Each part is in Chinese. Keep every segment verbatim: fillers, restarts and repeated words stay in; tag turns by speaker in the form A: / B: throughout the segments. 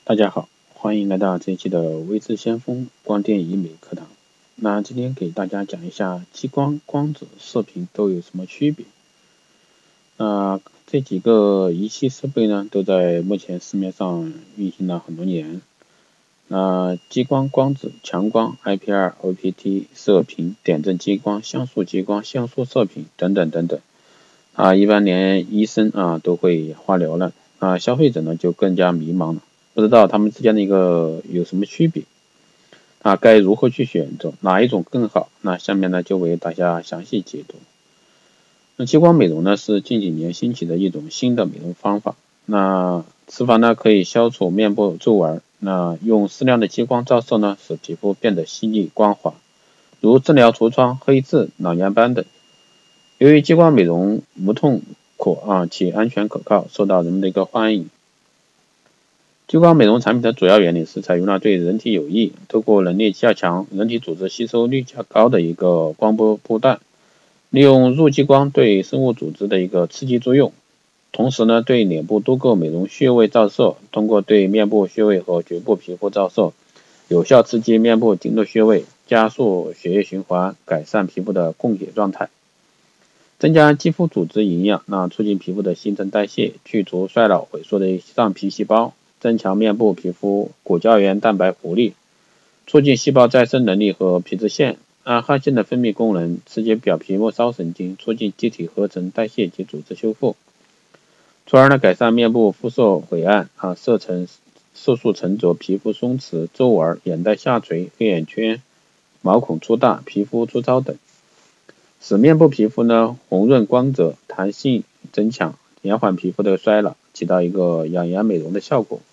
A: 大家好，欢迎来到这一期的微智先锋光电医美课堂。那今天给大家讲一下激光、光子、射频都有什么区别。那这几个仪器设备呢，都在目前市面上运行了很多年。那激光、光子、强光、I P R、O P T、射频、点阵激光、像素激光、像素射频等等等等。啊，一般连医生啊都会花疗了，啊，消费者呢就更加迷茫了。不知道它们之间的一个有什么区别啊？该如何去选择哪一种更好？那下面呢就为大家详细解读。那激光美容呢是近几年兴起的一种新的美容方法。那此法呢可以消除面部皱纹，那用适量的激光照射呢使皮肤变得细腻光滑，如治疗痤疮、黑痣、老年斑等。由于激光美容无痛可啊且安全可靠，受到人们的一个欢迎。激光美容产品的主要原理是采用了对人体有益、透过能力较强、人体组织吸收率较高的一个光波波段，利用入激光对生物组织的一个刺激作用，同时呢对脸部多个美容穴位照射，通过对面部穴位和局部皮肤照射，有效刺激面部经络穴位，加速血液循环，改善皮肤的供血状态，增加肌肤组织营养，那促进皮肤的新陈代谢，去除衰老萎缩的上皮细胞，增强面部皮肤骨胶原蛋白活力，促进细胞再生能力和皮脂腺、胺汗腺的分泌功能，刺激表皮末梢神经，促进机体合成代谢及组织修复，从而呢改善面部肤色晦暗、啊色沉、色素沉着、皮肤松弛、皱纹、眼袋下垂、黑眼圈、毛孔粗大、皮肤粗糙等，使面部皮肤呢红润光泽、弹性增强，延缓皮肤的衰老，起到一个养颜美容的效果。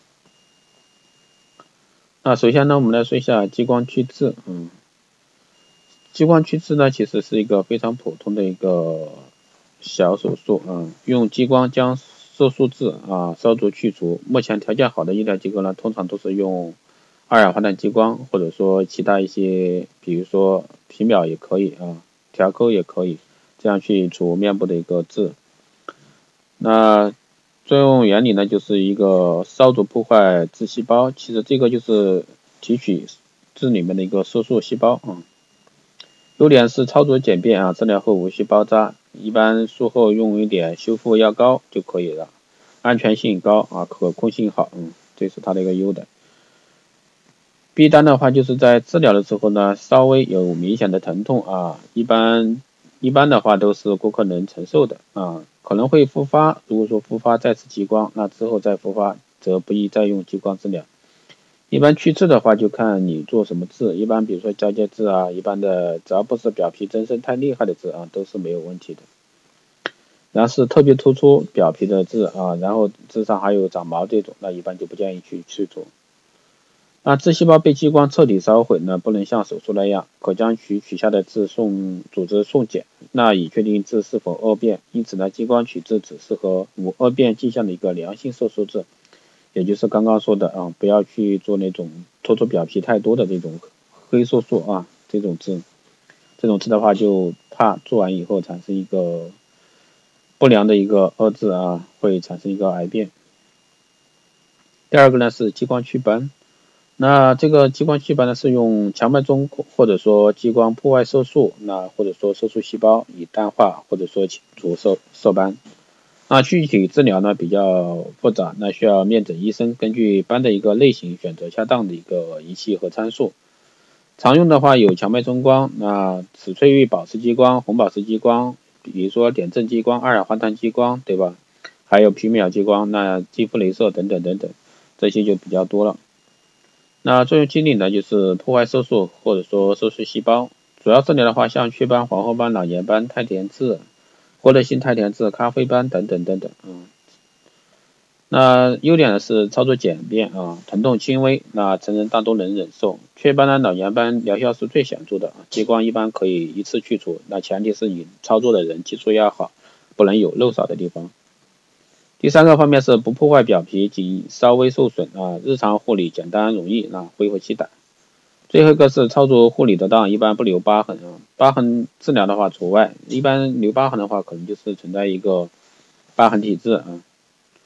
A: 那首先呢，我们来说一下激光去痣。嗯，激光去痣呢，其实是一个非常普通的一个小手术。嗯，用激光将色素痣啊烧灼去除。目前条件好的医疗机构呢，通常都是用二氧化碳激光，或者说其他一些，比如说皮秒也可以啊，调沟也可以，这样去除面部的一个痣。那作用原理呢，就是一个烧灼破坏痣细胞，其实这个就是提取痣里面的一个色素细胞啊。优点是操作简便啊，治疗后无需包扎，一般术后用一点修复药膏就可以了，安全性高啊，可控性好，嗯，这是它的一个优点。弊端的话，就是在治疗的时候呢，稍微有明显的疼痛啊，一般一般的话都是顾客能承受的啊。可能会复发，如果说复发再次激光，那之后再复发则不宜再用激光治疗。一般去痣的话就看你做什么痣，一般比如说交界痣啊，一般的只要不是表皮增生太厉害的痣啊，都是没有问题的。然后是特别突出表皮的痣啊，然后痣上还有长毛这种，那一般就不建议去去做。那痣细胞被激光彻底烧毁呢，不能像手术那样，可将其取下的痣送组织送检，那以确定痣是否恶变。因此呢，激光取痣只适合无恶变迹象的一个良性色素痣，也就是刚刚说的啊，不要去做那种突出表皮太多的这种黑色素啊，这种痣，这种痣的话就怕做完以后产生一个不良的一个恶痣啊，会产生一个癌变。第二个呢是激光祛斑。那这个激光祛斑呢，是用强脉冲或者说激光破坏色素，那或者说色素细胞以淡化或者说清除色色斑。那具体治疗呢比较复杂，那需要面诊医生根据斑的一个类型选择恰当的一个仪器和参数。常用的话有强脉冲光、那紫翠玉宝石激光、红宝石激光，比如说点阵激光、二氧化碳激光，对吧？还有皮秒激光、那肌肤镭射等等等等，这些就比较多了。那作用机理呢，就是破坏色素或者说色素细胞。主要治疗的话，像雀斑、黄褐斑、老年斑、太田痣、获得性太田痣、咖啡斑等等等等。嗯，那优点呢是操作简便啊，疼痛轻微，那成人大多能忍受。雀斑呢、老年斑疗效是最显著的，激光一般可以一次去除，那前提是你操作的人技术要好，不能有漏少的地方。第三个方面是不破坏表皮，仅稍微受损啊，日常护理简单容易，那恢复期短。最后一个是操作护理得当，一般不留疤痕啊，疤痕治疗的话除外，一般留疤痕的话可能就是存在一个疤痕体质啊。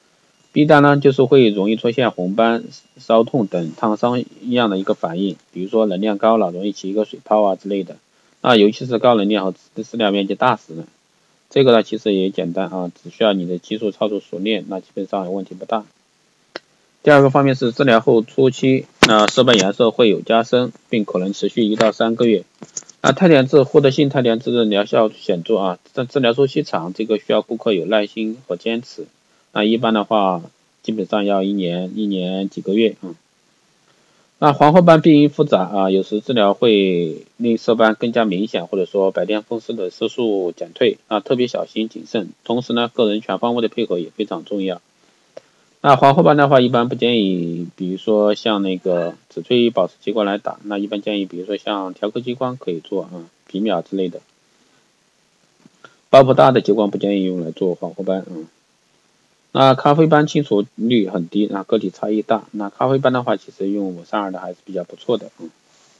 A: B 单呢就是会容易出现红斑、烧痛等烫伤一样的一个反应，比如说能量高了容易起一个水泡啊之类的。那尤其是高能量和治疗面积大时呢，这个呢其实也简单啊，只需要你的技术操作熟练，那基本上问题不大。第二个方面是治疗后初期，那色斑颜色会有加深，并可能持续一到三个月。那太点痣获得性太点痣的疗效显著啊，但治疗周期长，这个需要顾客有耐心和坚持。那一般的话，基本上要一年、一年几个月啊。那黄褐斑病因复杂啊，有时治疗会令色斑更加明显，或者说白癜风湿的色素减退啊，特别小心谨慎。同时呢，个人全方位的配合也非常重要。那黄褐斑的话，一般不建议，比如说像那个紫锥保持激光来打，那一般建议，比如说像调克激光可以做啊，皮秒之类的。爆破大的激光不建议用来做黄褐斑啊。那咖啡斑清除率很低，那个体差异大。那咖啡斑的话，其实用五三二的还是比较不错的。嗯。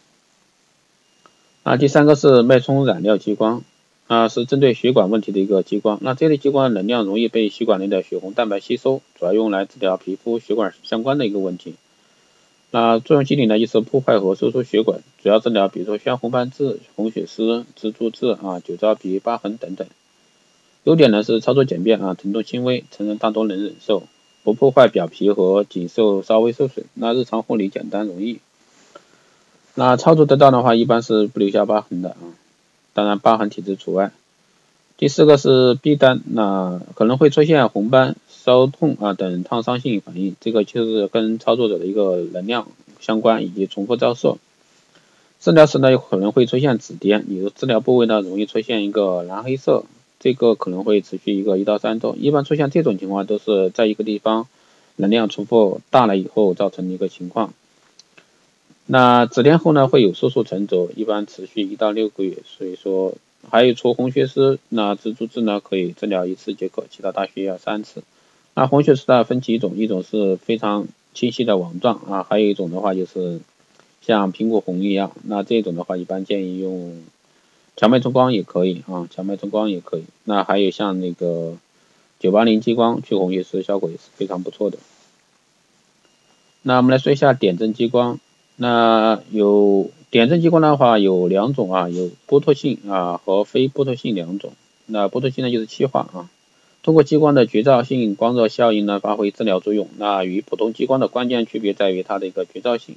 A: 那第三个是脉冲染料激光，啊是针对血管问题的一个激光。那这类激光能量容易被血管内的血红蛋白吸收，主要用来治疗皮肤血管相关的一个问题。那作用机理呢，就是破坏和收缩血管，主要治疗比如说像红斑痣、红血丝、蜘蛛痣啊、酒糟皮、疤痕等等。优点呢是操作简便啊，疼痛轻微，成人大多能忍受，不破坏表皮和仅受稍微受损。那日常护理简单容易。那操作得当的话，一般是不留下疤痕的啊，当然疤痕体质除外。第四个是 B 单，那可能会出现红斑、烧痛啊等烫伤性反应，这个就是跟操作者的一个能量相关，以及重复照射。治疗时呢，有可能会出现紫癜，你的治疗部位呢容易出现一个蓝黑色。这个可能会持续一个一到三周，一般出现这种情况都是在一个地方能量重复大了以后造成的一个情况。那紫癜后呢会有色素沉着，一般持续一到六个月，所以说还有除红血丝，那蜘蛛痣呢可以治疗一次即可，其他大需要三次。那红血丝呢分几种，一种是非常清晰的网状啊，还有一种的话就是像苹果红一样，那这种的话一般建议用强脉冲光也可以啊，强脉冲光也可以。那还有像那个九八零激光去红血丝效果也是非常不错的。那我们来说一下点阵激光。那有点阵激光的话有两种啊，有波托性啊和非波托性两种。那波托性呢就是气化啊，通过激光的觉照性光热效应呢发挥治疗作用。那与普通激光的关键区别在于它的一个觉照性。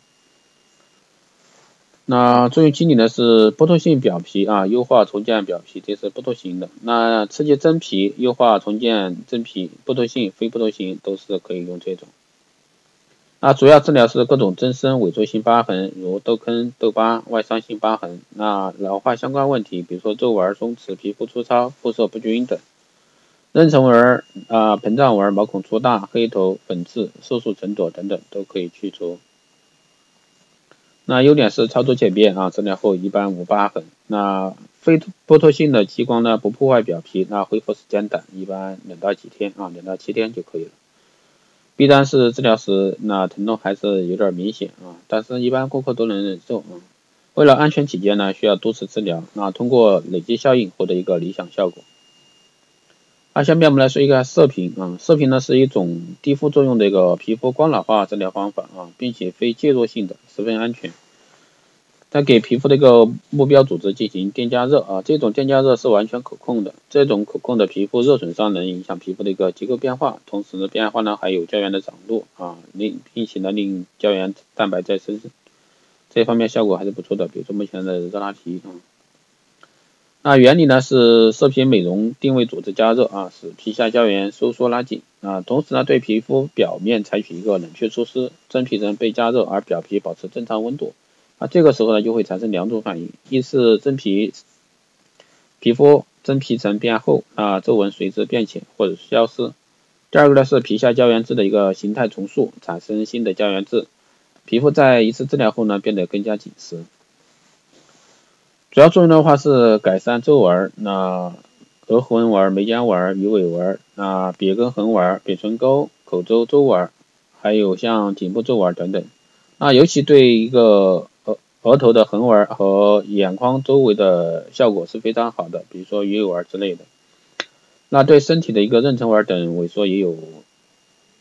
A: 那作用机理呢是波托性表皮啊，优化重建表皮，这是波托型的。那刺激真皮，优化重建真皮，波托性、非波托性都是可以用这种。那主要治疗是各种增生萎缩性疤痕，如痘坑、痘疤、外伤性疤痕。那老化相关问题，比如说皱纹、松弛、皮肤粗糙、肤色不均等。妊娠纹、啊膨胀纹、毛孔粗大、黑头、粉刺、色素沉着等等都可以去除。那优点是操作简便啊，治疗后一般无疤痕。那非波托性的激光呢，不破坏表皮，那恢复时间短，一般两到几天啊，两到七天就可以了。B 单是治疗时，那疼痛还是有点明显啊，但是一般顾客都能忍受啊。为了安全起见呢，需要多次治疗，那通过累积效应获得一个理想效果。那下面我们来说一个射频啊，射频呢是一种低副作用的一个皮肤光老化治疗方法啊，并且非介入性的，十分安全。它给皮肤的一个目标组织进行电加热啊，这种电加热是完全可控的，这种可控的皮肤热损伤能影响皮肤的一个结构变化，同时呢变化呢还有胶原的长度啊，令并且呢令胶原蛋白再生，这方面效果还是不错的，比如说目前的热拉提啊。那原理呢是射频美容定位组织加热啊，使皮下胶原收缩拉紧啊，同时呢对皮肤表面采取一个冷却措施，真皮层被加热而表皮保持正常温度啊，这个时候呢就会产生两种反应，一是真皮皮肤真皮层变厚啊，皱纹随之变浅或者消失。第二个呢是皮下胶原质的一个形态重塑，产生新的胶原质，皮肤在一次治疗后呢变得更加紧实。主要作用的话是改善皱纹、那额横纹、眉间纹、鱼尾纹、那鼻根横纹、鼻唇沟、口周周纹，还有像颈部皱纹等等。那尤其对一个额额头的横纹和眼眶周围的效果是非常好的，比如说鱼尾纹之类的。那对身体的一个妊娠纹等萎缩也有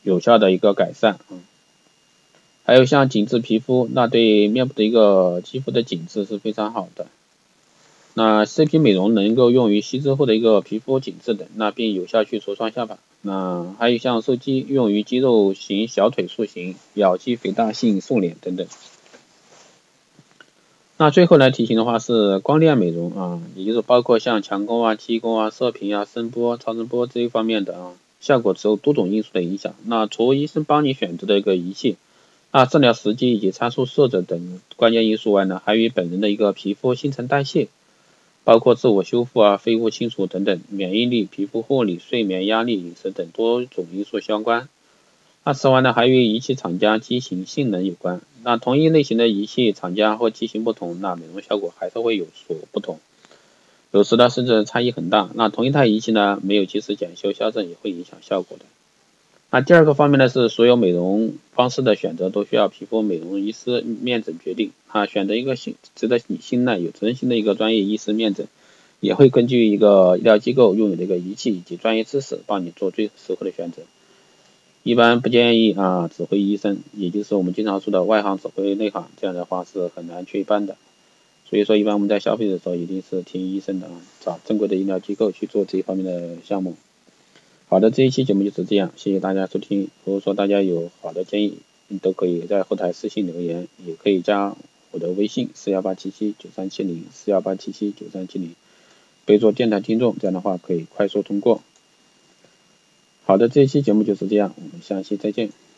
A: 有效的一个改善。嗯，还有像紧致皮肤，那对面部的一个肌肤的紧致是非常好的。那 C P 美容能够用于吸脂后的一个皮肤紧致等，那并有效去除双下巴。那还有像瘦肌，用于肌肉型小腿塑形、咬肌肥大性瘦脸等等。那最后来提醒的话是光电美容啊，也就是包括像强光啊、激光啊、射频啊、声波、超声波这一方面的啊，效果受多种因素的影响。那除医生帮你选择的一个仪器，那治疗时机以及参数设置等关键因素外呢，还与本人的一个皮肤新陈代谢，包括自我修复啊、废物清除等等，免疫力、皮肤护理、睡眠、压力、饮食等多种因素相关。那此外呢，还与仪器厂家机型性能有关。那同一类型的仪器厂家或机型不同，那美容效果还是会有所不同，有时呢甚至差异很大。那同一台仪器呢，没有及时检修校正也会影响效果的。那第二个方面呢，是所有美容方式的选择都需要皮肤美容医师面诊决定啊，选择一个信值得你信赖、有责任心的一个专业医师面诊，也会根据一个医疗机构拥有的一个仪器以及专业知识，帮你做最适合的选择。一般不建议啊指挥医生，也就是我们经常说的外行指挥内行，这样的话是很难去办的。所以说一般我们在消费的时候一定是听医生的啊，找正规的医疗机构去做这一方面的项目。好的，这一期节目就是这样，谢谢大家收听。如果说大家有好的建议，你都可以在后台私信留言，也可以加我的微信四一八七七九三七零四一八七七九三七零，备注电台听众，这样的话可以快速通过。好的，这一期节目就是这样，我们下期再见。